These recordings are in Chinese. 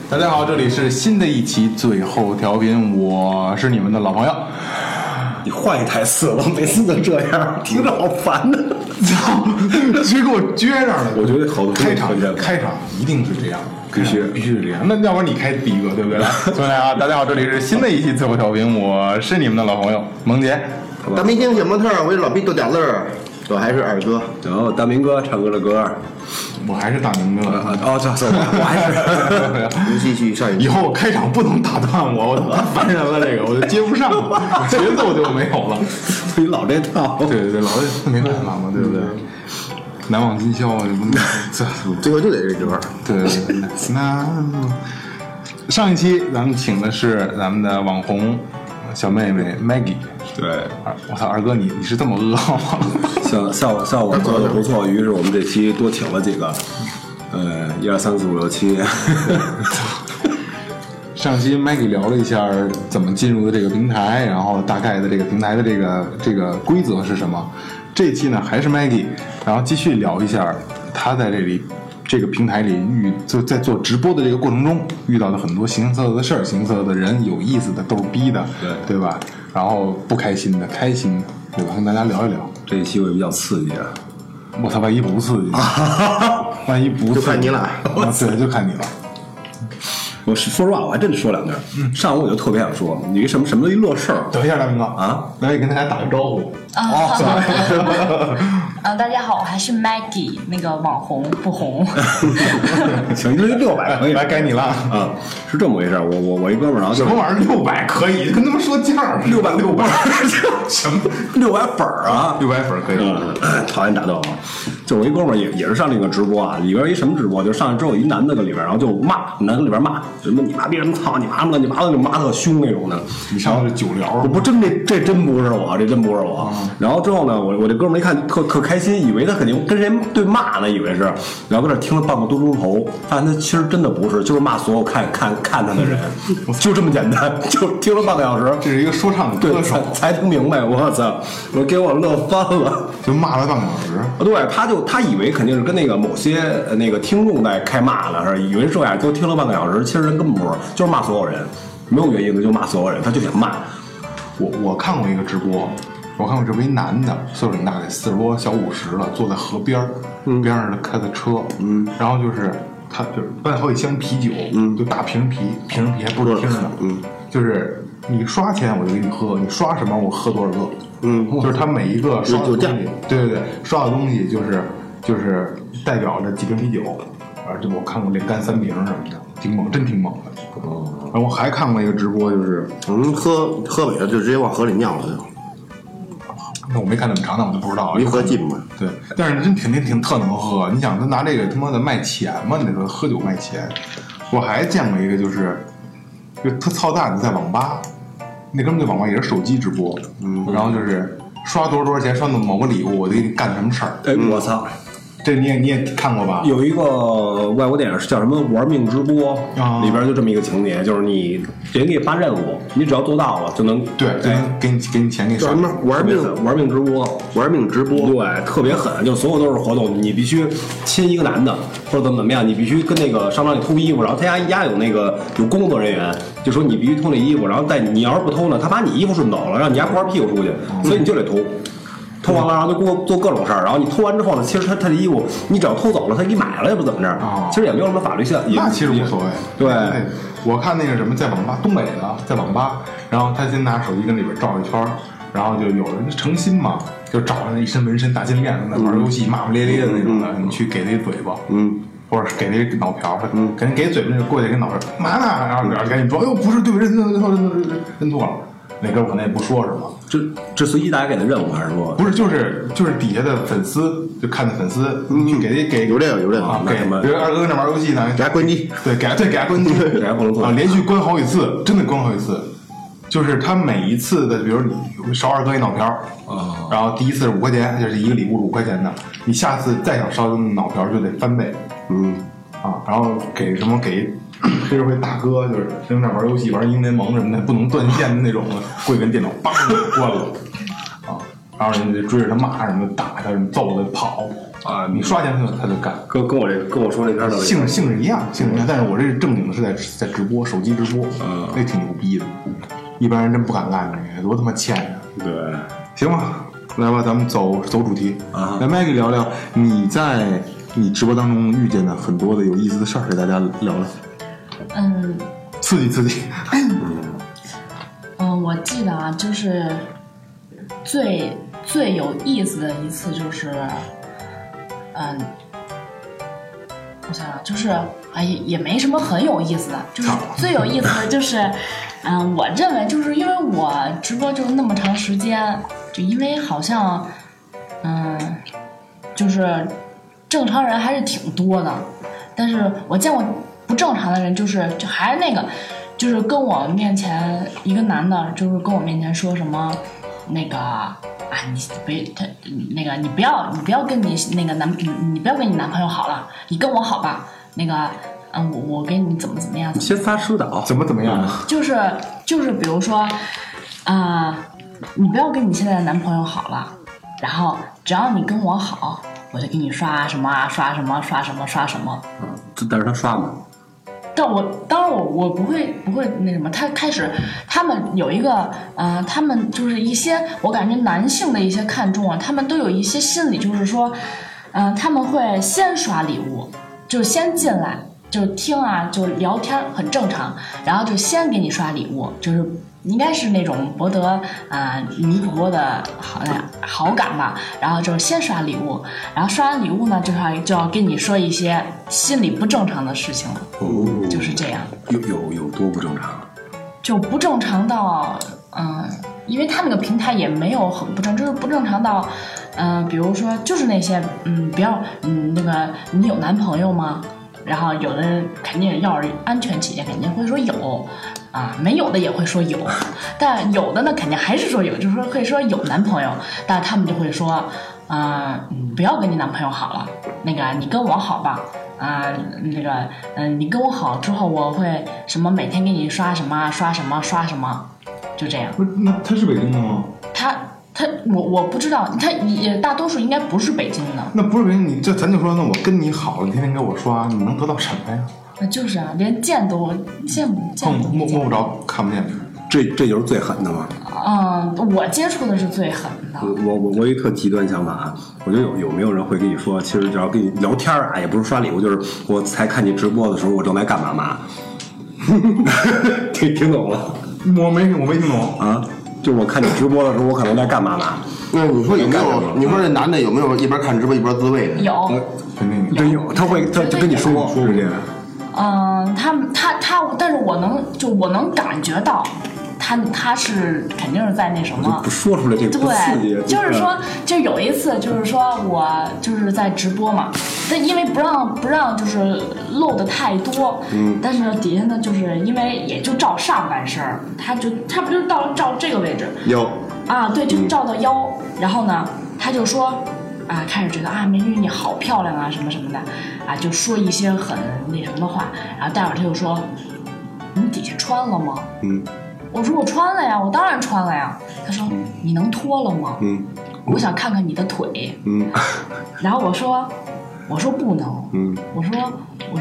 大家好，这里是新的一期最后调频，我是你们的老朋友。 你换一台词了，每次都这样，听着好烦的。 操，谁给我撅上了？ 我觉得好多开场一定是这样，必须是这样。那要不然你开第一个，对不对？所以大家好，这里是新的一期最后调频，我是你们的老朋友萌杰。 大明星小模特，我是老毕逗点乐，我还是二哥。 然后大明哥唱歌的歌， 我还是大明哥。 我还是。 您继续上一。 以后开场不能打断我太烦人了，这个我就接不上了，节奏就没有了。 你老这套。 对，老这没办法嘛，对不对？难忘今宵啊，这最后就得这歌。 对，那上一期咱们请的是咱们的网红小妹妹 Maggie。 对， 我操，二哥你是这么饿吗？ 效果做的不错，于是我们这期多请了几个，1、2、3、4、5、6、7。 上期 Maggie 聊了一下怎么进入的这个平台，然后大概的这个平台的这个规则是什么。这期呢还是 Maggie， 然后继续聊一下她在这个平台里在做直播的这个过程中遇到的很多形形色色的事儿、形形色色的人，有意思的、逗逼的，对吧？然后不开心的、开心的，对吧？跟大家聊一聊。 这一期会比较刺激啊！ 我操，万一不刺激，万一不刺激， 就看你了。 对，就看你了。 我说实话，我还真说两句。上午我就特别想说，你什么都一乐事儿。 等一下，大明哥啊， 来跟大家打个招呼。 大家好，我还是 Maggie， 那个网红不红。 行，这600可以， 来该你了啊！是这么回事，我一哥们儿，然后什么玩意儿600可以，跟他们说价儿600什么 600粉儿啊 ，600粉可以。 讨厌打断我，就我一哥们儿也是上那个直播啊，里边一什么直播，就上去之后一男的搁里边，然后就骂，男的里边骂什么你妈逼什么操你妈什么的，你妈的就骂特凶那种的。 你上的是酒聊， 不真这真不是我，这真不是我。然后之后呢，我这哥们儿一看特开心，以为他肯定跟谁对骂呢，以为是，然后搁这听了半个多钟头，发现他其实真的不是，就是骂所有看他的人，就这么简单，就听了半个小时。 这是一个说唱的歌手， 才听明白。我操，我给我乐翻了， 就骂了半个小时。 对，他以为肯定是跟那个某些那个听众在开骂呢，是以为这样，都听了半个小时，其实人根本不是，就是骂所有人，没有原因的就骂所有人，他就想骂。 我看过一个直播，我看过这一男的，岁数挺大的，40多小50了，坐在河边边上开的车，然后就是他就是搬好几箱啤酒，就大瓶啤还不是听的，就是你刷钱我就给你喝，你刷什么我喝多少个，就是他每一个刷的东西，对，刷的东西就是代表着几瓶啤酒，就我看过这干3瓶什么的，挺猛，真挺猛的。然后我还看过一个直播，就是喝美了就直接往河里尿了就。 那我没看那么长，那我就不知道了。 离河近嘛。 对，但是真挺特能喝。你想他拿这个他妈的卖钱吗？你说喝酒卖钱？我还见过一个，就是特操蛋的，在网吧，那哥们在网吧也是手机直播，然后就是刷多少钱，刷到某个礼物，我就给你干什么事儿。 哎，我操！ 这你也看过吧？ 有一个外国电影是叫什么《玩命直播》，里边就这么一个情节，就是你人给你发任务，你只要做到了就能就能给你钱给你刷。 什么玩命直播？ 对，特别狠，就所有都是活动，你必须亲一个男的或者怎么样，你必须跟那个商场里偷衣服，然后他家有工作人员，就说你必须偷那衣服，然后你要是不偷呢，他把你衣服顺走了，让你家光着屁股出去，所以你就得偷。偷完了，然后就给我做各种事儿，然后你偷完之后呢，其实他的衣服你只要偷走了，他给你买了也不怎么着，其实也没有什么法律效力。 那其实无所谓。 对， 我看那个什么，在网吧，东北的，在网吧，然后他先拿手机跟里边照一圈，然后就有人诚心嘛，就找那一身纹身大金链子，那玩游戏骂骂咧咧的那种的，你去给他一嘴巴，或者是给他一脑瓢，给人给嘴巴那个过去给脑瓢，嘛呢？然后赶紧说，哎呦，不是，对不起，认错了。那哥我可能也不说什么， 这随机大家给的任务还是说不是，就是底下的粉丝就看的粉丝，去给有这个啊，给比如二哥那玩游戏呢， 给他关机， 对，给他关机， 给他不能做啊，连续关好几次，真的关好几次，就是他每一次的，比如你烧二哥一脑瓢，然后第一次是5块钱，就是一个礼物5块钱的，你下次再想烧脑瓢就得翻倍，然后给黑社会大哥，就是在那玩游戏玩英联盟什么的，不能断线的那种的，过去跟电脑梆就关了， 然后人家追着他骂什么打他什么揍他跑啊，你刷钱他就干， 跟我说那边的性质一样，但是我这正经的是在直播，手机直播，那挺牛逼的，一般人真不敢干这个，多他妈欠呀。 对， 行吧，来吧，咱们走主题啊，来麦给聊聊你在你直播当中遇见的很多的有意思的事儿，给大家聊聊。刺激。 我记得啊，就是最有意思的一次就是，我想想，就是也没什么很有意思的，就是最有意思的就是，我认为就是因为我直播就那么长时间，就因为好像，就是正常人还是挺多的，但是我见过不正常的人，就还是那个。就是跟我面前一个男的，就是跟我面前说什么，那个你不要跟你那个你不要跟你男朋友好了，你跟我好吧，那个我给你怎么样？ 你先发疏导， 怎么样？ 就是比如说你不要跟你现在的男朋友好了，然后只要你跟我好，我就给你刷什么。 但是他刷吗？ 当然我不会那什么，他们有一个他们就是一些我感觉男性的一些看重啊，他们都有一些心理，就是说他们会先刷礼物，就先进来就听啊，就聊天很正常，然后就先给你刷礼物，就是应该是那种博得女主播的好感吧，然后就先刷礼物，然后刷完礼物呢，就要跟你说一些心理不正常的事情了，就是这样。 有多不正常？ 就不正常到因为他那个平台也没有很不正，就是不正常到比如说就是那些不要那个你有男朋友吗？然后有的肯定要是安全起见肯定会说有没有的也会说有，但有的呢肯定还是说有，就是说可以说有男朋友，但他们就会说不要跟你男朋友好了，那个你跟我好吧，那个你跟我好之后我会什么每天给你刷什么，就这样。 那他是北京的吗？ 我不知道，他也大多数应该不是北京的。 那不是北京，咱就说，那我跟你好了，你天天给我刷，你能得到什么呀？ 那就是连见都摸不着，看不见。 这就是最狠的吗？ 我接触的是最狠的。 我有一特极端想法，我觉得有没有人会跟你说，其实只要跟你聊天也不是刷礼物，就是我才看你直播的时候，我正在干嘛？听懂了？ 我没听懂啊。 就是我看你直播的时候，我可能在干嘛？ 那你说有没有？你说这男的有没有一边看直播一边自慰的？ 有， 真有，他就跟你说是这样。 他，但是我能感觉到，他是肯定是在那什么， 不说出来这个不刺激。 对，就是说，就有一次，就是说我就是在直播嘛，但因为不让就是露的太多，但是底下呢，就是因为也就照上半身，他不就照这个位置腰对，就照到腰，然后呢，他就说。开始觉得美女你好漂亮啊，什么什么的，就说一些很那什么的话，然后待会儿他就说，你底下穿了吗？我说我穿了呀，我当然穿了呀。他说你能脱了吗？我想看看你的腿。然后我说不能。我说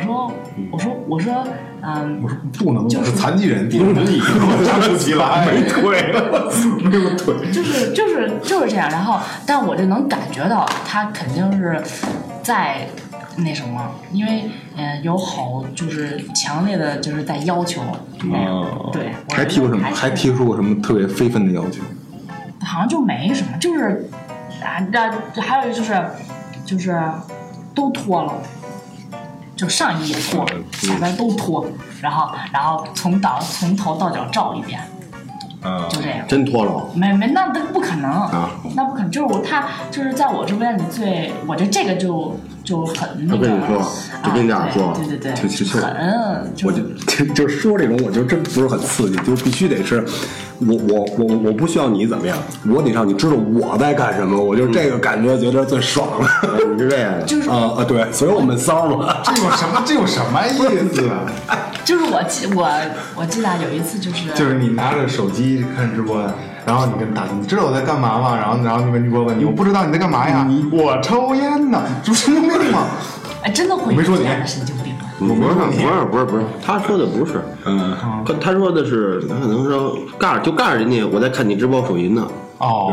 不能， 就是残疾人，地能力站不起来，没腿，没有腿， 就是这样。然后，但我就能感觉到他肯定是在那什么，因为有好就是强烈的就是在要求那样。对， 还提过什么？还提出过什么特别非分的要求？ 好像就没什么，就是还有就是都脱了。就上衣也脱，下边都脱，然后从头到脚照一遍，就这样。 真脱了？ 没，那不可能那不可能。就是他就是在我直播间里我觉得这个就很那个。 他跟你说，就跟你俩说， 对， 很。我就说这种，我就真不是很刺激，就必须得是。我不需要你怎么样，我得让你知道我在干什么，我就这个感觉觉得最爽了。 你是这样， 就是对，所以我们骚嘛。 这有什么意思啊？ 就是我记得有一次就是你拿着手机看直播，然后你跟大你知道我在干嘛吗？然后你跟女播问你，我不知道你在干嘛呀？我抽烟呢，这不神经病吗？ 哎，真的会有这样的神经病吗？ 不是，他说的不是，他说的是他可能说告诉人家我在看你直播手淫呢。 哦，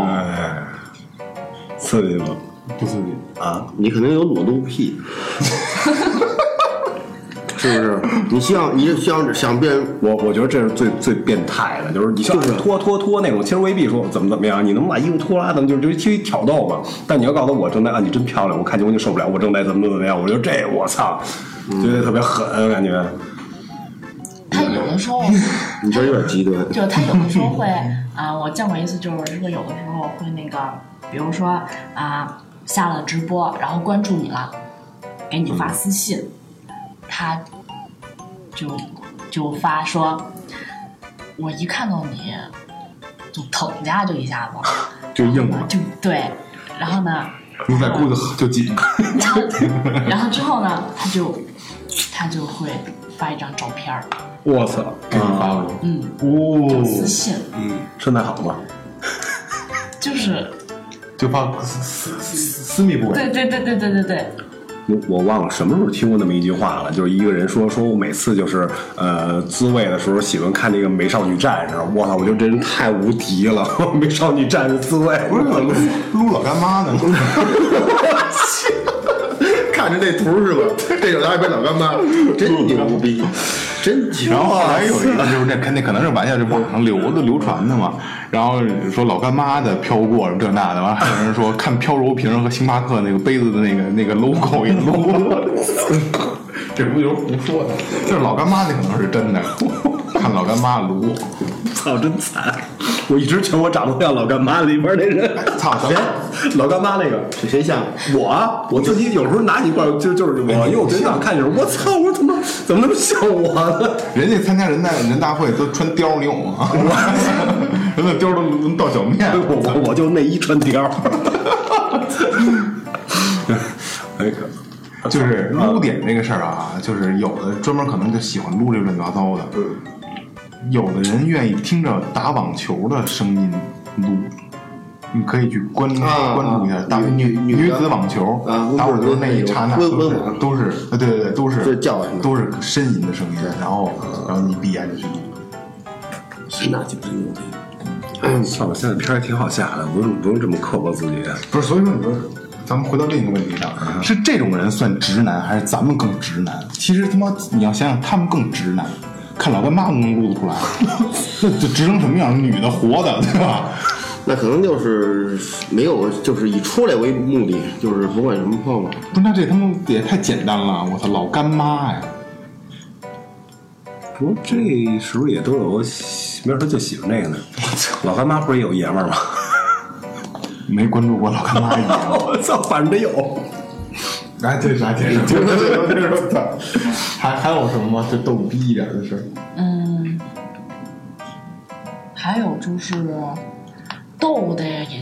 刺激吗？ 不刺激啊，你可能有裸露癖。是不是？你想变我觉得这是最变态的，就是你就是拖那种，其实未必说怎么样，你能把衣服脱了，怎么就是其实挑逗嘛。但你要告诉我正在你真漂亮，我看见我就受不了，我正在怎么样，我觉得这我操，觉得特别狠，感觉。 他有的时候， 你这有点极端。 就他有的时候会我见过一次，就是说有的时候会那个，比如说下了直播，然后关注你了，给你发私信，他就发说，我一看到你就疼家就一下子就硬了， 就对，然后呢， 牛仔裤就紧， 然后之后呢，他就会发一张照片儿， 我操， 给你发了， 就私信， 身材好吗？ 就发私密部位， 对。 我忘了什么时候听过那么一句话了，就是一个人说我每次就是自慰的时候喜欢看那个美少女战士，我操，我觉得这人太无敌了，美少女战士自慰， 不是撸老干妈呢？ 看着这图是吧？这有来一杯老干妈，真牛逼，真牛。 然后后来有一个就是那可能是玩笑，这网上流传的嘛。然后说老干妈的飘过这那的，完还有人说看飘柔瓶和星巴克那个杯子的那个 logo 也撸了。这不就是胡说的？就是老干妈那可能是真的，看老干妈撸。 操，真惨！我一直觉得我长得像老干妈里边那人。 操，谁？ 老干妈那个是谁像？ 我自己有时候拿起一块就是我，因为我真想看的时候，我操，我怎么那么像我呢？ 人家参加人大会都穿貂，你有吗？人家貂都能到脚面， 我就内衣穿貂。哎可。 就是撸点这个事儿啊，就是有的专门可能就喜欢撸这乱七八糟的，有的人愿意听着打网球的声音撸，你可以去关注一下打女子网球打网球那一刹那都是对都是都是呻吟的声音，然后你闭眼就去撸， 那就真牛逼。算了，现在片儿挺好下的，不用这么刻薄自己。 不是，所以说你说。咱们回到另一个问题上，是这种人算直男，还是咱们更直男？其实他妈，你要想想，他们更直男。看老干妈都能撸得出来，那就直成什么样？女的活的，对吧？ 那可能就是没有，就是以出来为目的，就是不管什么泡嘛。 不是，那这他妈也太简单了！我操，老干妈呀！ 不过这是不是也都有？没准他就喜欢这个呢。老干妈不是也有爷们儿吗？ 没关注过老干妈一样， 我操，反正得有。 来，这啥解释？还有什么吗？就逗逼一点的事？ 还有就是逗的，也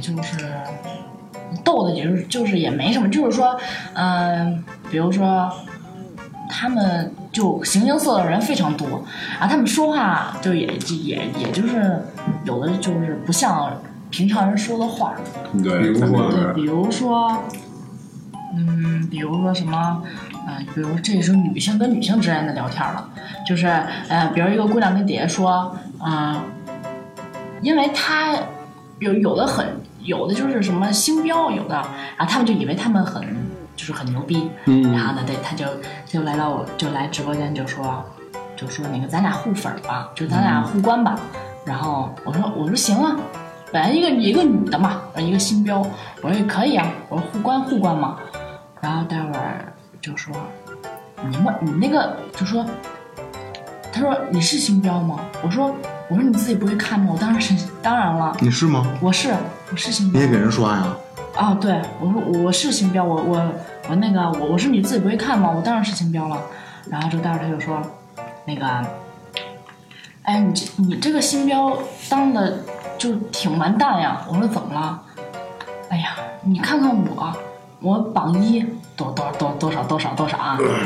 就是也没什么，就是说，比如说他们就形形色色的人非常多，然后他们说话就也就是有的就是不像平常人说的话， 对， 比如说什么，比如这也是女性跟女性之间的聊天了，就是比如一个姑娘跟姐姐说，因为她有的就是什么星标，有的，然后他们就以为他们很牛逼，然后呢，他就来直播间就说那个咱俩互粉吧，就咱俩互关吧，然后我说行啊。本来一个女的嘛，一个星标，我说也可以啊，我说互关嘛，然后待会儿就说你那个就说，他说你是星标吗？我说你自己不会看吗？我当然了， 你是吗？ 我是星标。 你也给人刷呀？ 啊，对，我说我是星标，我那个我说你自己不会看吗？我当然是星标了。然后待会儿他就说那个，哎，你这个星标当的。就挺完蛋呀！我说怎么了？哎呀，你看看我榜一多少啊！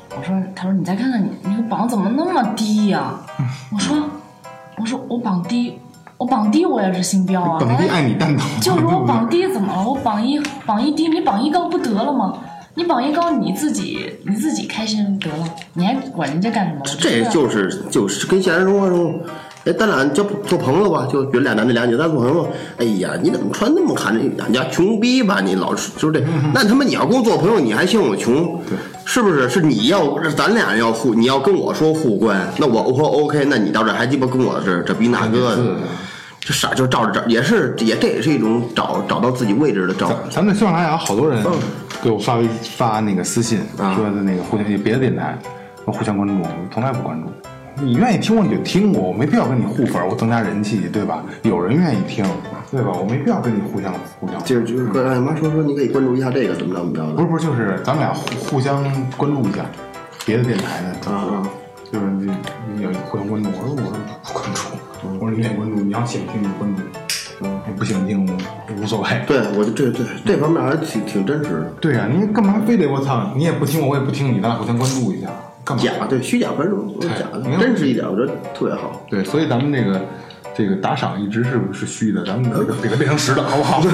他说你再看看你那个榜怎么那么低呀？我说我榜低我也是星标啊。 榜低爱你蛋疼。 就是我榜低怎么了？我榜一低，你榜一高不得了吗？你榜一高你自己开心得了，你还管人家干什么？ 这就是跟现实生活中。咱俩做朋友吧，就比如俩男的俩女的，咱做朋友。哎呀，你怎么穿那么看着俺家穷逼吧？你老是就是这，那他妈你要跟我做朋友，你还嫌我穷，是不是？是你要咱俩要你要跟我说互关，那我说 OK， 那你到这还鸡巴跟我这逼那个的，这傻就照着这也这也是一种找到自己位置的找。 咱们喜马拉雅好多人给我发那个私信，说的那个互相别的电台互相关注，我从来不关注。你愿意听我你就听我没必要跟你互粉，我增加人气，对吧？有人愿意听，对吧？我没必要跟你互相。 就是跟俺妈说你可以关注一下这个怎么着的。 不是，就是咱们俩互相关注一下别的电台的，就是你要互相关注。我说不关注，我说你愿意关注，你要喜欢听就关注，不喜欢听无所谓。 对，我这方面还是挺真实的。 对呀，你干嘛非得我操？你也不听我也不听你，咱俩互相关注一下。 假对虚假关注，假的，真实一点，我觉得特别好。 对，所以咱们这个打赏一直是虚的，咱们给它变成实的，好不好？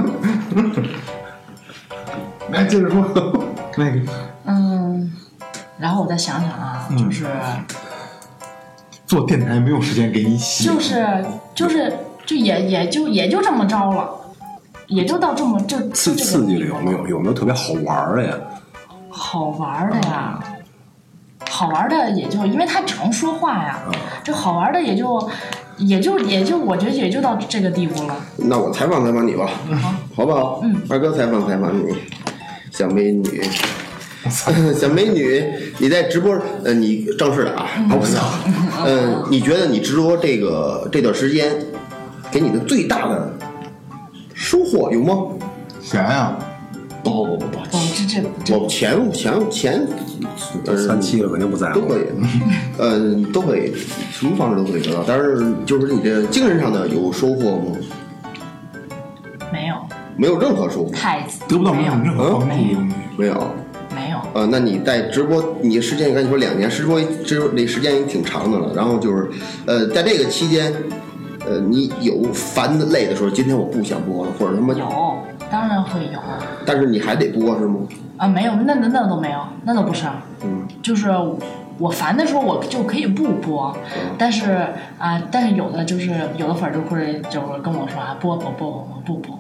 来，接着说那个。 然后我再想想啊，就是做电台没有时间给你写， 也就这么着了，也就到这么就刺激了有没有特别好玩的呀？ 好玩的呀。好玩的也就因为他只能说话呀，这好玩的也就我觉得也就到这个地步了。 那我采访你吧，好不好？二哥采访你，小美女，小美女，你在直播你正式的啊，我操，你觉得你直播这段时间给你的最大的收获有吗？ 钱呀。 不，我钱 3期了肯定不在乎， 都可以，都可以，什么方式都可以得到。但是就是你这精神上的有收获吗？没有任何收获， 得不到任何帮助， 没有。那你在直播，你时间刚才说2年，直播这时间也挺长的了。然后就是在这个期间，你有烦的累的时候，今天我不想播了，或者他妈有。当然会有， 但是你还得播是吗？ 没有，那都没有，那都不是。就是我烦的时候我就可以不播，但是有的粉就会跟我说播，我不播，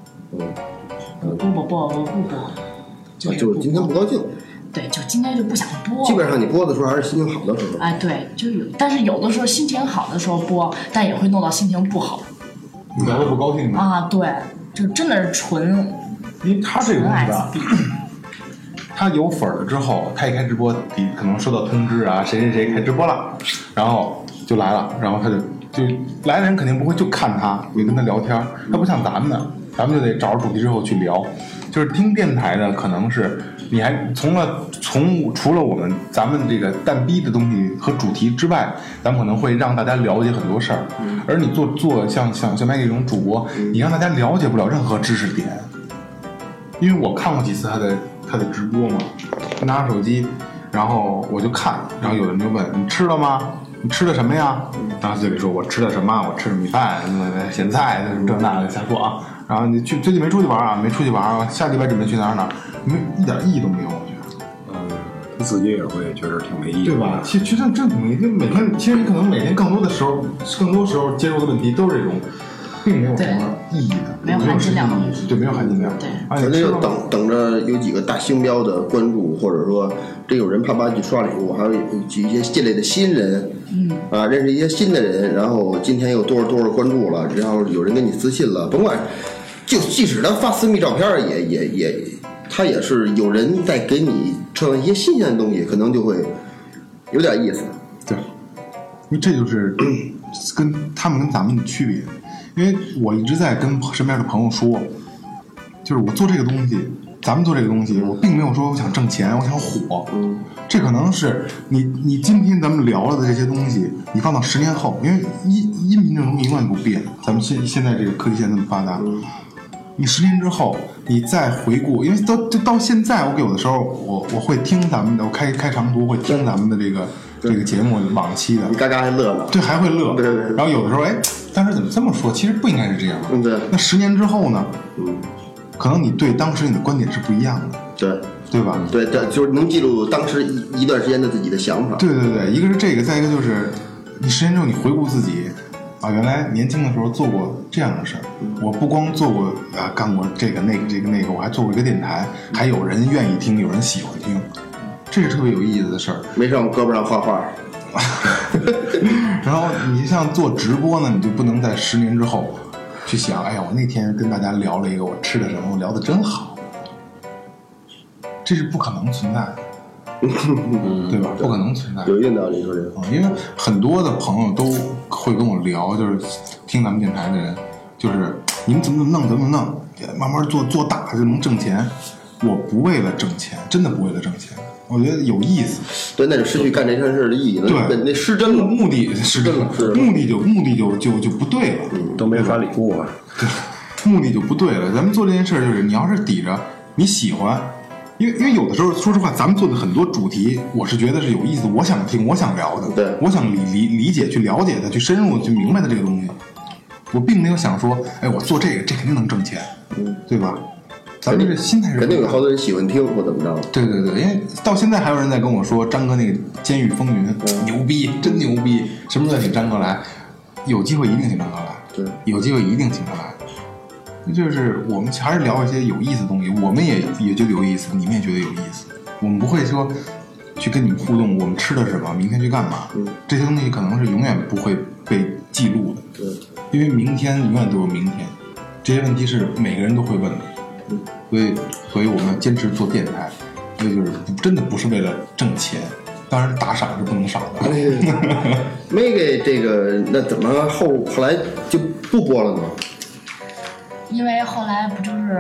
我不播， 就是今天不高兴。 对，就今天就不想播。 基本上你播的时候还是心情好的时候。 对，就有，但是有的时候心情好的时候播，但也会弄到心情不好。 你聊得不高兴对。就真的是纯， 因为他这个东西吧，他有粉了之后，他一开直播，可能收到通知啊，谁开直播了，然后就来了，然后他就来的人肯定不会就看他，也跟他聊天，他不像咱们就得找着主题之后去聊。就是听电台的，可能是你还除了咱们这个蛋逼的东西和主题之外，咱们可能会让大家了解很多事儿。而你做像麦克这种主播，你让大家了解不了任何知识点。因为我看过几次他的直播嘛，他拿着手机，然后我就看，然后有人就问你吃了吗？你吃的什么呀？然后他就得说我吃的什么？我吃的米饭、咸菜，这那的瞎说啊。然后你最近没出去玩啊？没出去玩啊？下礼拜准备去哪儿？一点意义都没有，我觉得。 他自己也会觉得挺没意义， 对吧？其实真挺没意义。每天，其实你可能每天更多时候接触的问题都是这种，并没有什么意义的， 没有含金量的问题。 对，没有含金量。 对， 而且就等着有几个大星标的关注，或者说这有人啪啪去刷礼物，还有一些进来的新人。认识一些新的人，然后今天有多少关注了，然后有人给你私信了，甭管，就即使他发私密照片，他也是有人在给你创造一些新鲜的东西，可能就会有点意思。 对，因为这就是跟咱们的区别。因为我一直在跟身边的朋友说，就是我做这个东西，咱们做这个东西，我并没有说我想挣钱，我想火。这可能是你今天咱们聊了的这些东西，你放到10年后，因为音频这种东西永远不变。咱们现在这个科技现在那么发达， 你10年之后，你再回顾，因为到现在，我有的时候我会听咱们的，我开长途会听咱们的这个节目往期的， 你嘎嘎还乐了， 对，还会乐， 对。 然后有的时候，当时怎么这么说？其实不应该是这样， 对。 那10年之后呢？可能你对当时你的观点是不一样的，对吧？ 对，就是能记录当时一段时间的自己的想法。 对，一个是这个，再一个就是你10年之后你回顾自己。原来年轻的时候做过这样的事儿，我不光做过干过这个那个，我还做过一个电台，还有人愿意听，有人喜欢听，这是特别有意思的事儿。 没上胳膊上画画。 然后你像做直播呢，你就不能在10年之后去想，哎呀，我那天跟大家聊了一个我吃的什么，我聊得真好，这是不可能存在的。对吧？不可能存在， 有一定道理，说这个。 因为很多的朋友都会跟我聊，就是听咱们电台的人，就是你们怎么弄，慢慢做大就能挣钱。我不为了挣钱，真的不为了挣钱，我觉得有意思。 对，那就失去干这件事的意义了。对，那失真了， 目的失真了，目的就不对了， 都没法理过啊。 对，目的就不对了。咱们做这件事就是你要是抵着你喜欢。因为有的时候，说实话，咱们做的很多主题，我是觉得是有意思，我想听，我想聊的， 对， 我想理解、去了解它、去深入、去明白的这个东西，我并没有想说，我做这肯定能挣钱，对吧？咱们这心态是肯定有好多人喜欢听或怎么着。 对，因为到现在还有人在跟我说，张哥那个《监狱风云》牛逼，真牛逼，什么时候请张哥来？有机会一定请张哥来， 对， 有机会一定请他来。就是我们还是聊一些有意思的东西，我们也觉得有意思，你们也觉得有意思。我们不会说去跟你们互动，我们吃的什么，明天去干嘛，这些东西可能是永远不会被记录的。 对， 因为明天永远都有明天，这些问题是每个人都会问的。所以我们要坚持做电台，所以就是真的不是为了挣钱，当然打赏是不能少的。 没给这个，那怎么后来就不播了呢？ 因为后来不就是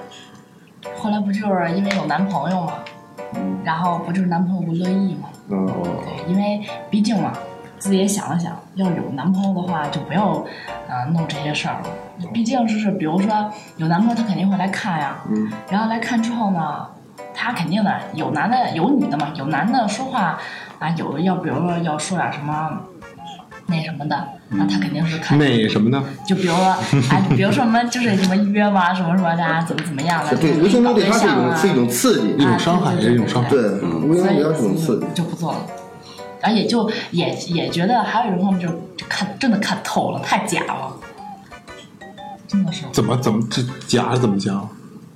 因为有男朋友嘛，然后不就是男朋友不乐意嘛，对，因为毕竟嘛，自己也想了想，要有男朋友的话就不要弄这些事儿了，毕竟是比如说有男朋友他肯定会来看呀，然后来看之后呢，他肯定的有男的有女的嘛，有男的说话要比如说要说点什么。那什么的，那他肯定是看那什么的， 就比如说，比如说什么就是什么约嘛，什么的，怎么样的， 对，无形中对他是一种刺激， 一种伤害，也是一种伤害， 对，无形中对他是一种刺激， 就不做了。而且也觉得还有一种方面就真的看透了，太假了，真的是。 怎么这假是怎么讲？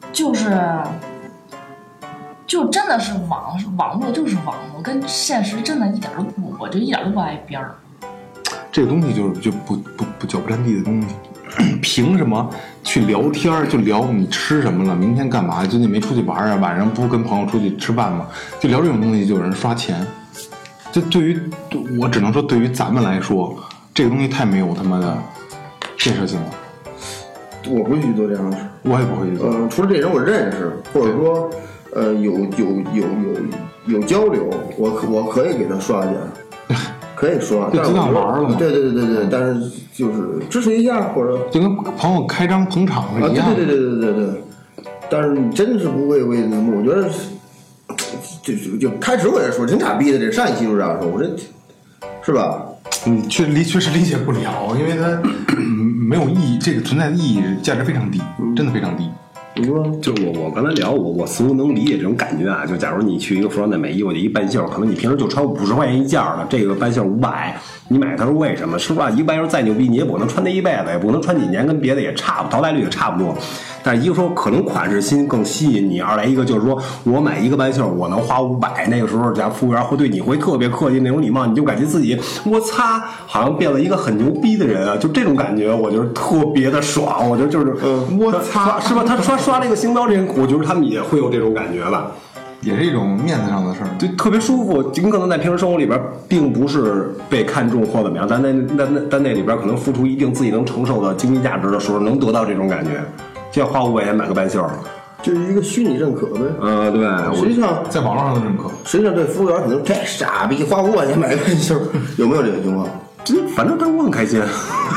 就真的是网络就是网络，跟现实真的我就一点都不挨边儿。 这个东西就不脚不沾地的东西，凭什么去聊天就聊你吃什么了，明天干嘛？最近没出去玩啊？晚上不跟朋友出去吃饭吗？就聊这种东西就有人刷钱。这我只能说，对于咱们来说，这个东西太没有他妈的建设性了。 我不会去做这样的事， 我也不会去做。 除了这人我认识，或者说有交流，我可以给他刷去。可以说， 就尽量玩了嘛。 对，但是就是支持一下，或者就跟朋友开张捧场是一样的。 对。但是你真是不会为字幕，我觉得就开始我也说真傻逼的，这上一期就这样说，我这是吧？ 确实理解不了，因为它没有意义，这个存在的意义价值非常低，真的非常低。 就我刚才聊，我似乎能理解这种感觉啊。就假如你去一个服装店买衣服，一半袖，可能你平时就穿50块钱一件的，这个半袖500，你买它是为什么？是吧？一个半袖再牛逼，你也不可能穿它一辈子，也不能穿几年，跟别的也淘汰率也差不多。但是一个说可能款式新更吸引你，二来一个就是说我买一个半袖我能花500，那个时候假如服务员会对你会特别客气那种礼貌，你就感觉自己我擦好像变了一个很牛逼的人啊，就这种感觉我觉得特别的爽。我觉得就是我擦是吧？他刷那个行刀这人，我觉得他们也会有这种感觉了， 也是一种面子上的事儿， 就特别舒服。尽可能在平时生活里边并不是被看重或怎么样，但那里边可能付出一定自己能承受的经济价值的时候，能得到这种感觉。就要花500块钱买个半袖， 就是一个虚拟认可呗。 对， 实际上在网络上的认可， 实际上对服务员可能太傻逼，花500块钱买个半袖，有没有这个情况？ 反正我很开心。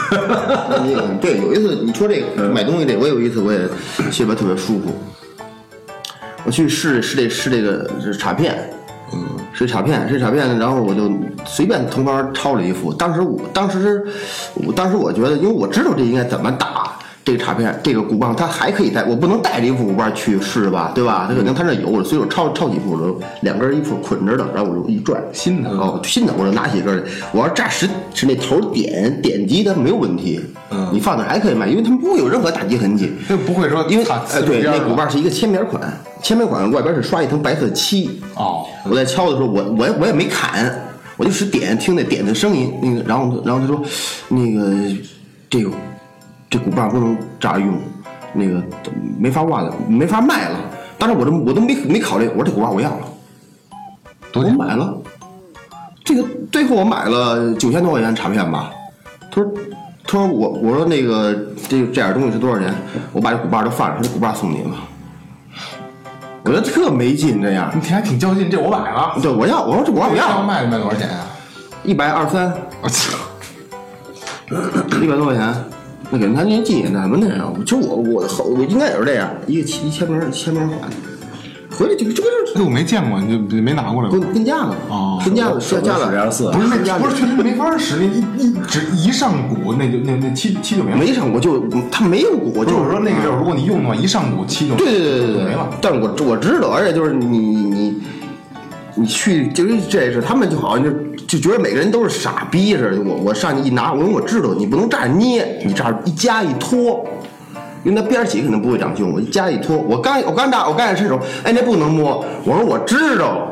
对，有一次你说这个买东西这，我有一次我也写的特别舒服。我去试这个卡片，试卡片，然后我就随便从旁边抄了一幅。当时我觉得，因为我知道这应该怎么打。这个卡片，这个鼓棒，它还可以带，我不能带着一副鼓棒去试吧，对吧？它肯定它那有，我随手抄几副，两根一副捆着的，然后我就一拽， 新的， 我就拿起一根来。我要炸是那头点击的没有问题，你放那还可以卖，因为他们不会有任何打击痕迹， 就不会说因为对，那鼓棒是一个铅棉款，外边是刷一层白色漆。我在敲的时候，我也没砍，我就是点，听那点的声音，那个，然后他说，那个这鼓棒不能这样用，那个没法换了，没法卖了。当时我都没考虑，我说这鼓棒我要了，我买了。这个最后我买了9000多块钱卡片吧。他说我说那个这点东西是多少钱？我把这鼓棒都放着，这鼓棒送你了。我觉得特没劲，这样。 你还挺较劲，这我买了。 对，我说这鼓棒我要。 卖多少钱啊 ？123。 我操 ！100多块钱。那给他年纪那什么那样，就我应该也是这样，一个1000门款，回来这个我没见过，你就没拿过来过。 跟价了跟价了，加了 224， 不是确实没法使，一上鼓那7就没了。 没上鼓就它没有鼓， 就是说那个如果你用的话，一上鼓7就对没了。但是我知道，而且就是你去就是这是他们就好像就觉得每个人都是傻逼似的。我上去一拿，我知道你不能这样捏，你这样一夹一拖，因为那边起肯定不会长胸，我一夹一拖，我刚伸手，哎，那不能摸，我说我知道。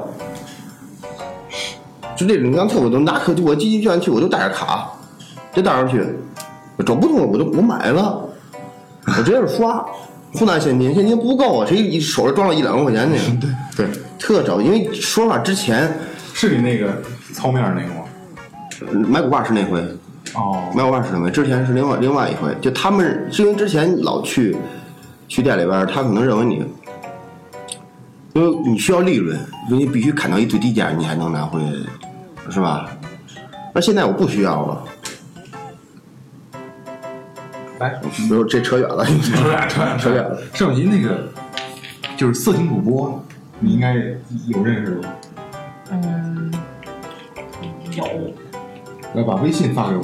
就这种刚才我都拿可我积极券去，我就带着卡，就带上去，找不动我买了，我直接是刷。湖南现金不够啊，谁一手上装了1-2万块钱那个？对，特找，因为说实话之前是你那个糙面那个吗？ 买鼓棒是那回。买鼓棒是那回，之前是另外一回。就他们因为之前老去店里边，他可能认为你，因为你需要利润，你必须砍到一最低价，你还能拿回，是吧？那现在我不需要了。 来， 比如这扯远了，扯远了。 摄影机那个就是色情主播，你应该有认识的吧？ 有。 来把微信发给我，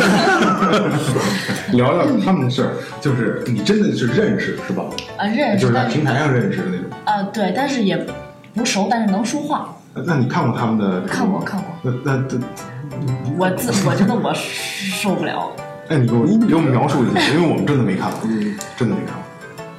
聊聊他们的事儿。就是你真的是认识是吧？ 认识， 就是在平台上认识的那种。 对，但是也不熟，但是能说话。 那你看过他们的？ 看过。 那我觉得我受不了。 哎，你给我们描述一下，因为我们真的没看过，真的没看过。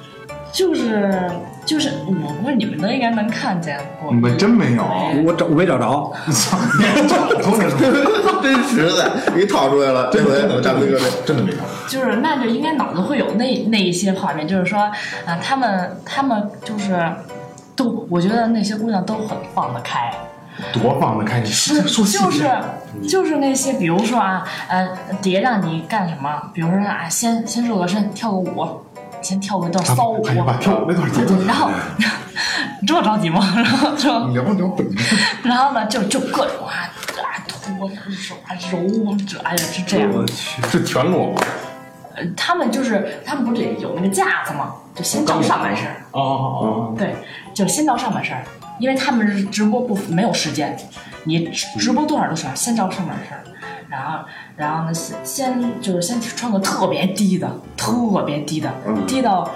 就是，我估计你们都应该能看见过。 你们真没有？ 我没找着。 操！你找着了？ 真实在，给掏出来了。这回我站这个真的没看过。 就是，那就应该脑子会有那一些画面，就是说，他们就是我觉得那些姑娘都很放得开。 多放得开！你说就是那些，比如说底下让你干什么？比如说先热个身，跳个舞。先跳个段骚舞， 跳那段然后你这么着急吗？然后说聊本， 然后呢就各种拖手揉是这样。 我去，是全裸吗？ 他们不是有那个架子吗？就先照上半身。对，就先照上半身，因为他们是直播没有时间，你直播多少先照上半身。然后呢，先穿个特别低的，低到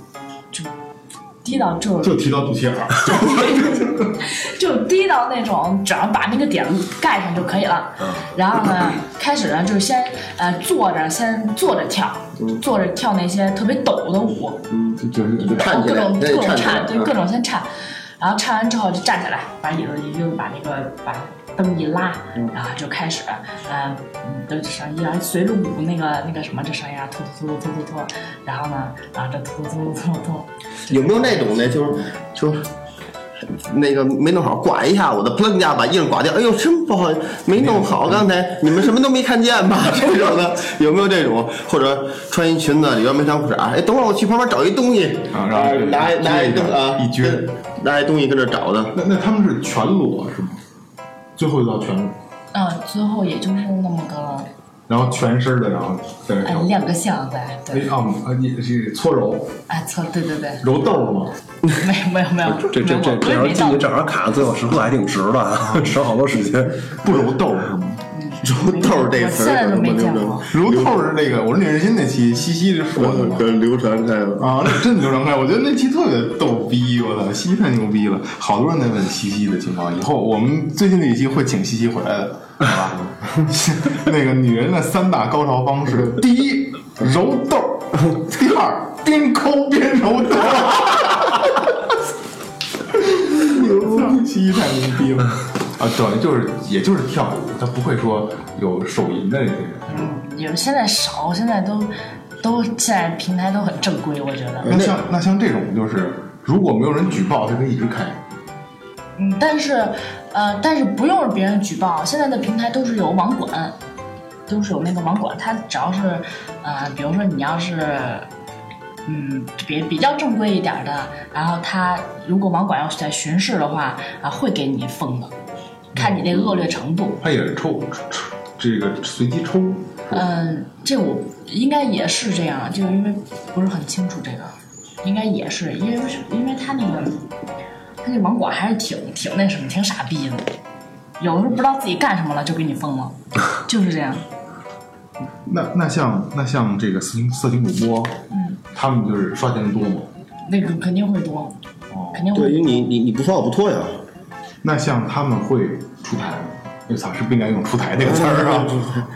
这， 就提到肚脐眼， 就低到那种只要把那个点盖上就可以了。然后呢，开始呢就是先坐着跳那些特别陡的舞， 然后各种颤，对，各种先颤，然后颤完之后就站起来，把椅子把灯一拉，然后就开始，就上衣，然后随着舞那个什么，这上衣拖，然后呢，这拖。 有没有那种呢？就是那个没弄好，刮一下我的砰家把衣裳刮掉，哎呦，真不好，没弄好，刚才你们什么都没看见吧？这种的有没有这种？或者穿一裙子里边没穿裤衩，哎，等会儿我去旁边找一东西，拿一撅，拿一东西跟这找的。 那他们是全裸是吗？最后一道全裸。 最后也就是那么个然后全身的，然后在那跳， 亮个相在，对， 你是搓揉， 搓，对， 揉豆吗？ 没有， 这要是进去正好卡到最后时刻还挺值的，省好多时间。 不揉豆是吗？ 揉豆这个词现在都没见过。 揉豆是这个，我说聂日新那期西西这说的跟流传开了啊，那真流传开，我觉得那期特别逗逼，我操，西西太牛逼了，好多人在问西西的情况，以后我们最近的一期会请西西回来的，好吧？那个女人的3大高潮方式，第一揉豆，第二边抠边揉豆。西西太牛逼了啊！对，也就是跳舞，他不会说有手淫的那些人。 有现在少，现在都现在平台都很正规，我觉得。 那像这种就是，如果没有人举报，它可以一直开。 但是不用别人举报，现在的平台都是有网管，都是有那个网管，他只要是比如说你要是。比较正规一点的，然后他如果网管要在巡视的话会给你封的，看你这个恶劣程度。 他也是抽这个随机抽。 这我应该也是这样，就因为不是很清楚这个，应该也是因为他那网管还是挺那什么，挺傻逼的，有的时候不知道自己干什么了就给你封了，就是这样。 那像这个色情主播，他们就是刷钱的多吗？ 那个肯定会多，肯定会多。 对，你不刷我不脱呀。 那像他们会出台吗？我操，是不应该用出台这个词儿啊。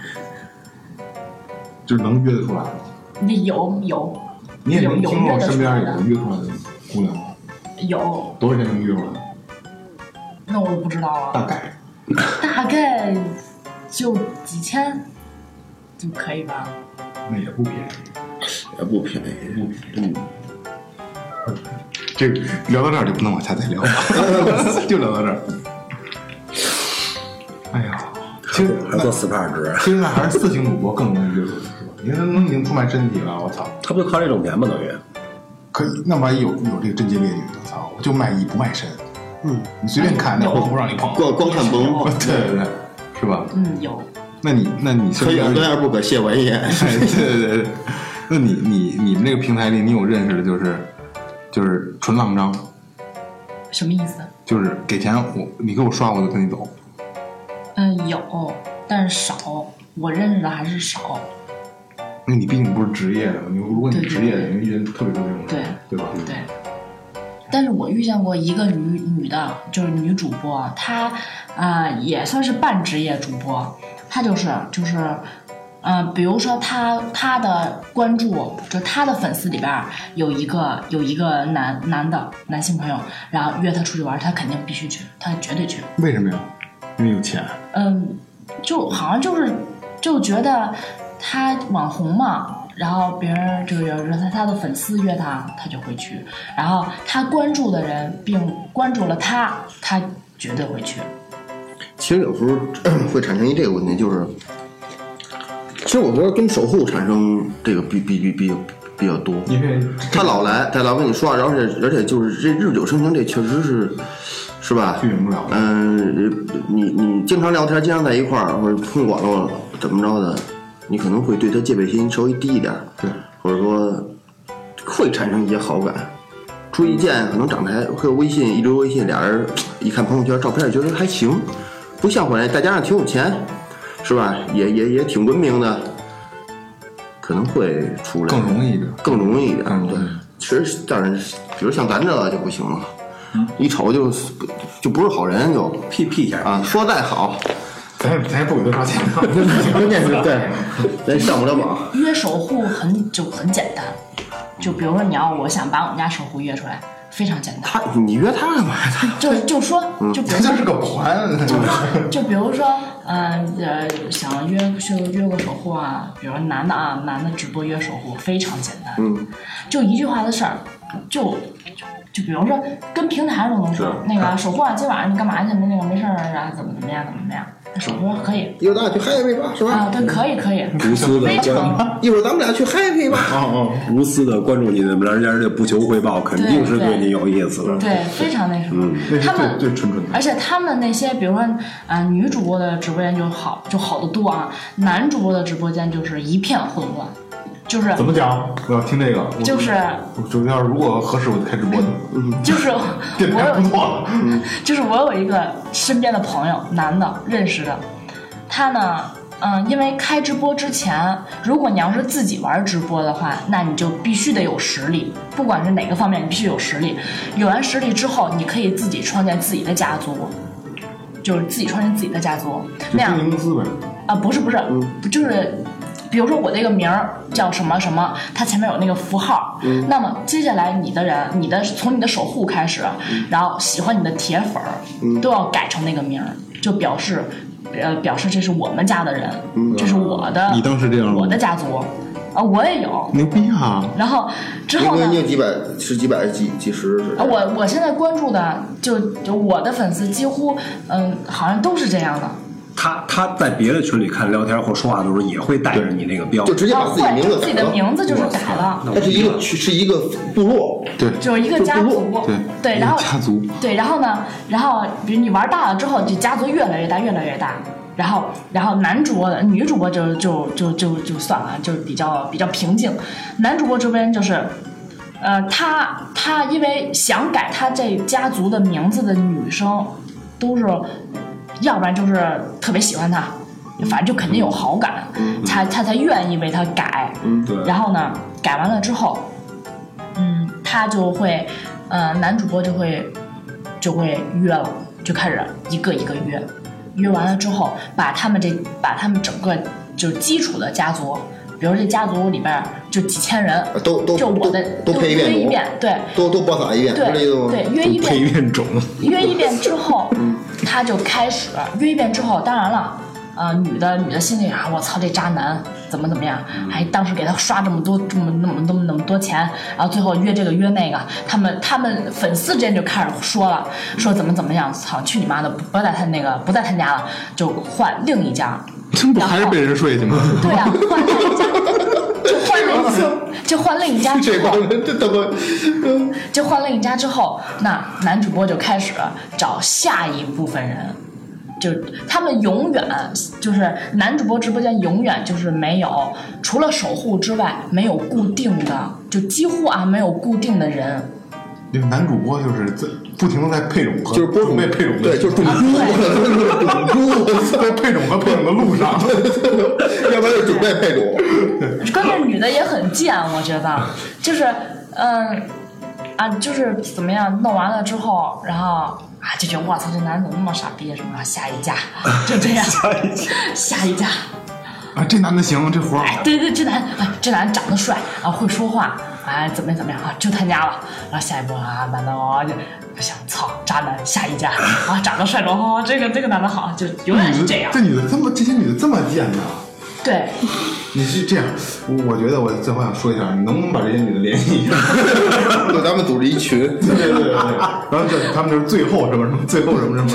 就是能约得出来。 那有。 你也能听到身边有约出来的姑娘吗？ 有。 多少钱能约出来？ 那我不知道啊。大概就几千。就可以吧？ 那也不便宜， 也不便宜， 这聊到这儿就不能往下再聊了，就聊到这儿。哎呀，其实还做SPA值， 其实那还是色情主播更能约出来，是吧？因为他能已经出卖身体了，我操！ 他不就靠这种钱吗？等于可以，那万一有这个贞洁烈女，我操，我就卖艺不卖身。你随便看，那我不让你碰， 光看崩， 对，是吧？ 有。 那你可远端而不可亵玩焉。 对，那你们这个平台里，你有认识的就是纯浪张？ 什么意思？ 就是给钱你给我刷，我就跟你走。 有，但是少，我认识的还是少。 那你毕竟不是职业的，如果你职业的，你遇见特别多这种，对吧？ 对。但是我遇见过一个女的，就是女主播，她也算是半职业主播。他就是，比如说他的关注，就他的粉丝里边有一个男性朋友，然后约他出去玩，他肯定必须去，他绝对去。 为什么呀？因为有钱。 就好像就觉得他网红嘛，然后别人就有他的粉丝约他就会去，然后他关注的人并关注了他绝对会去。 其实有时候会产生这个问题，就是其实我觉得跟守护产生这个比较多， 因为他老来，他老跟你说，而且就是这日久生情，这确实是吧？ 避免不了。 你经常聊天，经常在一块儿，或者通过网络怎么着的，你可能会对他戒备心稍微低一点， 对， 或者说会产生一些好感。初一见可能长得还会有微信，一留微信，俩人一看朋友圈照片，觉得还行。不像回来，再加上挺有钱，是吧？也挺文明的，可能会出来更容易一点。 对，其实当然，比如像咱这就不行了，一瞅就不是好人，就屁一下啊，说再好， 咱也不给他刷钱， 关键是对，咱上不了榜。 约守护很简单，就比如说我想把我们家守护约出来。非常简单。 你约他干嘛呀？ 就说，就比如他就是个盘。 就比如说，想约个守护啊，比如男的直播约守护，非常简单。就一句话的事儿，就比如说跟平台上都能说，那个守护啊，今晚上你干嘛去？那个没事儿啊，怎么样， 手说可以。 一会儿咱俩去 happy 吧，是吧？ 啊，对，可以， 无私的非常。 一会儿咱们俩去 happy 吧。 无私的关注你们之间，而且不求回报，肯定是对你有意思的。 对，非常那什么。他们最纯的。 而且他们那些，比如说女主播的直播间就好得多啊，男主播的直播间就是一片混乱。就是怎么讲？我要听这个。 就是要是如果合适，我就开直播去。 就是电台不错。 就是我有一个身边的朋友，男的认识的，他呢，因为开直播之前，如果你要是自己玩直播的话，那你就必须得有实力，不管是哪个方面，你必须有实力。有完实力之后，你可以自己创建自己的家族，就是自己创建自己的家族，那样。 经营公司呗。 不是，就是。比如说我这个名儿叫什么什么，它前面有那个符号，那么接下来你的人，从你的守护开始，然后喜欢你的铁粉都要改成那个名儿，就表示这是我们家的人，这是我的。 你当时这样吗？ 我的家族啊，我也有。 牛逼啊！ 然后之后呢？ 你有几百几十？ 我现在关注的就我的粉丝几乎好像都是这样的。 他在别的群里看聊天或说话的时候，也会带着你那个标， 就直接把自己名字改了。 自己的名字就是改了。 它是一个部落， 对， 就是一个家族，对，然后家族， 对，然后呢，比如你玩大了之后，这家族越来越大，越来越大。然后男主播的女主播就算了，就是比较平静。男主播这边就是，他因为想改他这家族的名字的女生，都是。要不然就是特别喜欢他，反正就肯定有好感，他才愿意为他改。 对。 然后呢，改完了之后，他就会，男主播就会约了，就开始一个一个约，约完了之后，把他们整个就是基础的家族，比如这家族里边就几千人，就我的都配一遍， 对， 都播撒一遍， 对，约一遍， 配一遍种， 约一遍之后。他就开始约一遍之后，当然了，女的心里我操，这渣男怎么样？还当时给他刷这么多钱，然后最后约这个约那个，他们粉丝之间就开始说怎么样？操，去你妈的！不在他家了，就换另一家。 这不还是被人睡去吗？ 对呀，换另一家，就换另一家之后，就换另一家之后，那男主播就开始找下一部分人，就他们永远就是男主播直播间永远就是没有，除了守护之外没有固定的，就几乎没有固定的人。 因为男主播就是不停的在配种和就是准备配种的， 对，就是种猪， 在配种和配种的路上， 要不然就准备配种。 关键女的也很贱，我觉得就是就是怎么样弄完了之后，然后就觉得我操，这男的怎么那么傻逼什么下一家就这样，下一家。 这男的行，这活好。 对，这男长得帅会说话怎么样就他家了。然后下一步男的就不行，操，渣男，下一家长得帅的这个男的好，就永远是这样。 这些女的这么贱呢？ 对， 你是这样，我觉得我最后想说一下，你能不能把这些女的联系一下？ 对，咱们组织一群， 对，然后他们就是最后什么，最后什么。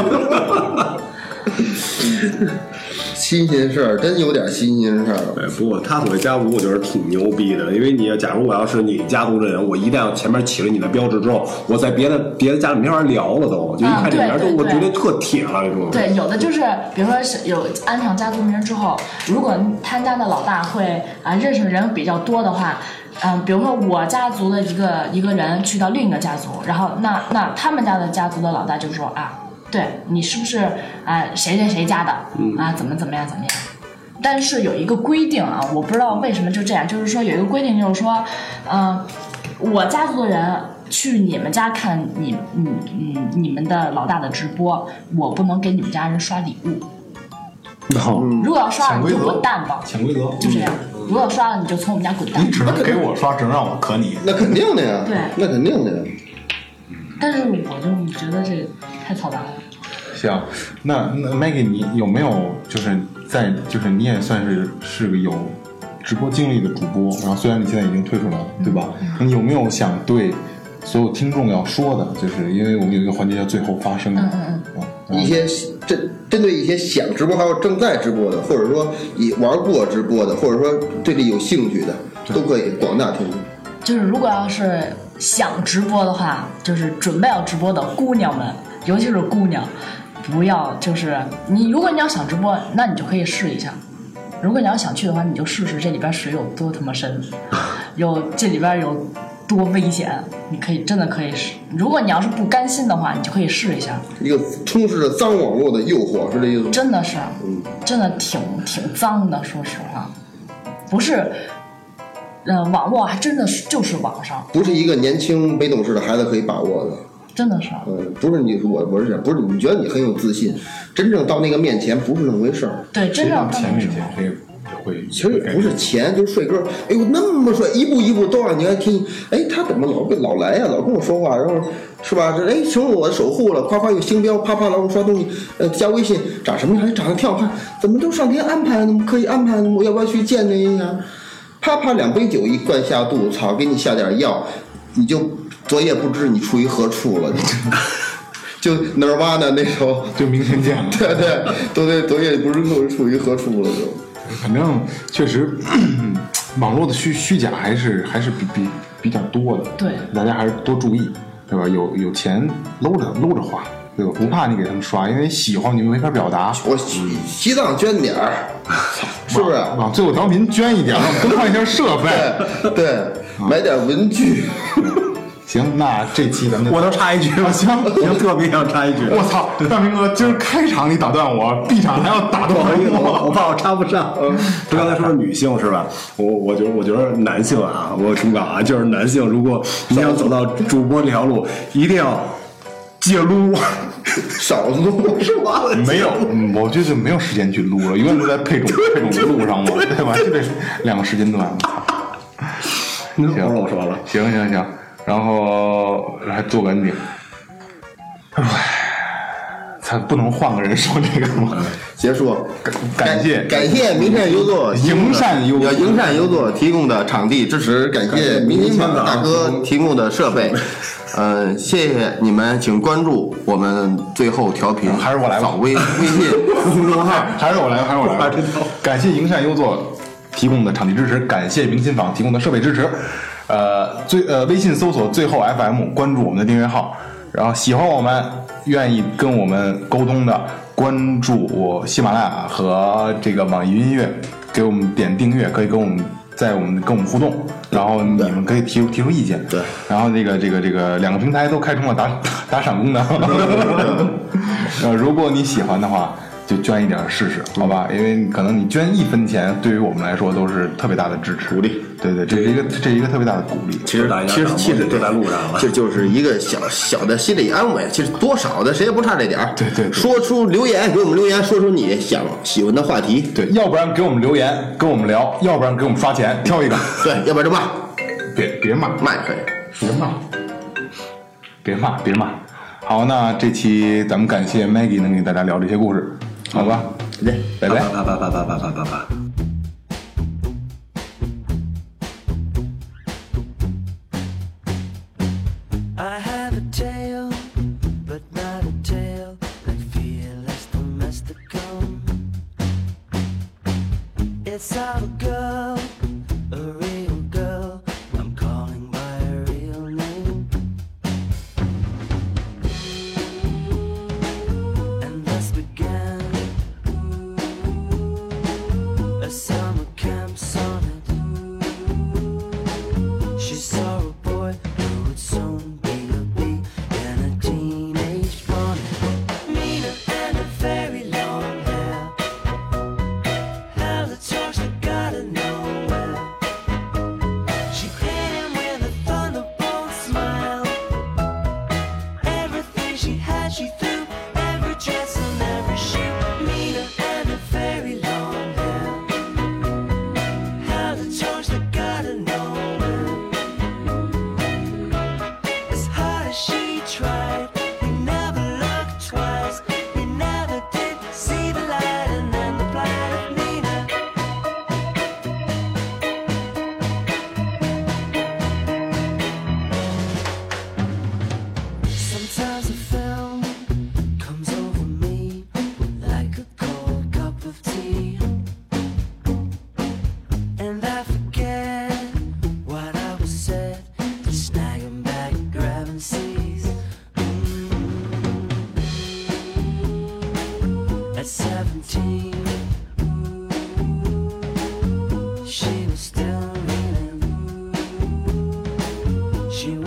新鲜事儿，真有点新鲜事儿。 对，不过他所谓家族，我觉得挺牛逼的，因为你假如我要是你家族的人，我一旦前面起了你的标志之后，我在别的家里没法聊了都，就一看这名就我觉得特铁了这种。对， 有的就是比如说有安上家族名之后，如果他家的老大会认识的人比较多的话。比如说我家族的一个人去到另一个家族，然后那他们家的家族的老大就说对你是不是谁家的怎么样。但是有一个规定我不知道为什么就这样，就是说有一个规定，就是说我家族的人去你们家看你们的老大的直播，我不能给你们家人刷礼物。如果要刷了你就滚蛋吧， 潜规则就这样。如果刷了你就从我们家滚蛋。 你只能给我刷，只能让我磕你。 那肯定的呀。 对， 那肯定的呀。 但是我就觉得这太操蛋了。 行，那 Maggie 你有没有就是你也算是个有直播经历的主播，然后虽然你现在已经退出来了，对吧？你有没有想对所有听众要说的？就是因为我们有一个环节叫最后发声， 一些针对一些想直播还有正在直播的，或者说已玩过直播的，或者说对这有兴趣的，都可以广大听众。 就是如果要是想直播的话，就是准备要直播的姑娘们，尤其是姑娘，不要就是你，如果你要想直播，那你就可以试一下。如果你要想去的话，你就试试这里边水有多他妈深，这里边有多危险，你真的可以试。如果你要是不甘心的话，你就可以试一下。 一个充斥着脏网络的诱惑，是这意思吗？ 真的是，真的挺脏的，说实话，不是。网络还真的是就是网上， 不是一个年轻没懂事的孩子可以把握的， 真的是。 不是你我是不是你觉得你很有自信，真正到那个面前不是那么回事儿。 对，真正到钱面前谁也会。 其实不是钱，就是帅哥。哎呦，那么帅，一步一步都让你还听。哎，他怎么老来呀、老跟我说话，然后是吧？这成了我的守护了，夸夸有星标，啪啪老给我刷东西。加微信，长什么样？长得挺好看，怎么都上天安排呢？可以安排呢？我要不要去见他一下？啪啪2杯酒一灌下肚，操，给你下点药，你就昨夜不知你处于何处了，就哪儿挖呢？那时候就明天见了。 对，昨夜不知处于何处了就。 反正确实，网络的虚假还是比较多的。 对， 大家还是多注意，对吧？有钱搂着花，对吧？不怕你给他们刷，因为喜欢你们没法表达。 我西藏捐点儿。是不是往最后调频捐一点，更换一下设备， 对，买点文具。 行，那这期咱们我能插一句吗？行，特别想插一句。 我操，大明哥，今儿开场你打断我，闭场还要打断我怕我插不上。就刚才说女性是吧？我觉得男性啊，我忠告啊，就是男性，如果你想走到主播这条路，一定要戒撸。 少录是吧？ 没有，我觉得没有时间去录了，永远都在配种路上嘛，对吧？就这2个时间段。行， 我说了， 行，然后还做个 ending。哎，他不能换个人说这个吗？ 结束， 感谢明善优作营善优作提供的场地支持，感谢明星坊大哥提供的设备。谢谢你们，请关注我们最后调频， 还是我来吧。 微信公众号， 还是我来。感谢营善优作提供的场地支持，感谢明星坊提供的设备支持。微信搜索最后 FM， 关注我们的订阅号。然后喜欢我们，愿意跟我们沟通的，关注喜马拉雅和这个网易云音乐，给我们点订阅，可以跟我们互动，然后你们可以提出意见。 对， 然后这个2个平台都开通了打赏功能。如果你喜欢的话，就捐一点试试，好吧？因为可能你捐1分钱，对于我们来说都是特别大的支持、 鼓励。 对，这是一个特别大的鼓励。 其实都在路上了， 这就是一个小的心理安慰。其实多少的谁也不差这点儿。 对， 说出留言，给我们留言，说出你喜欢的话题。 对，要不然给我们留言，跟我们聊；要不然给我们刷钱，挑一个。 对，要不然就骂。 别骂， 骂也可以。 别骂。好，那这期咱们感谢 Maggie 能给大家聊这些故事，好吧？ 再见， 拜拜。 拜。 I have a tale, but not a tale like fearless domesticum. It's of a girl, a real girl, I'm calling by her real name. And thus began She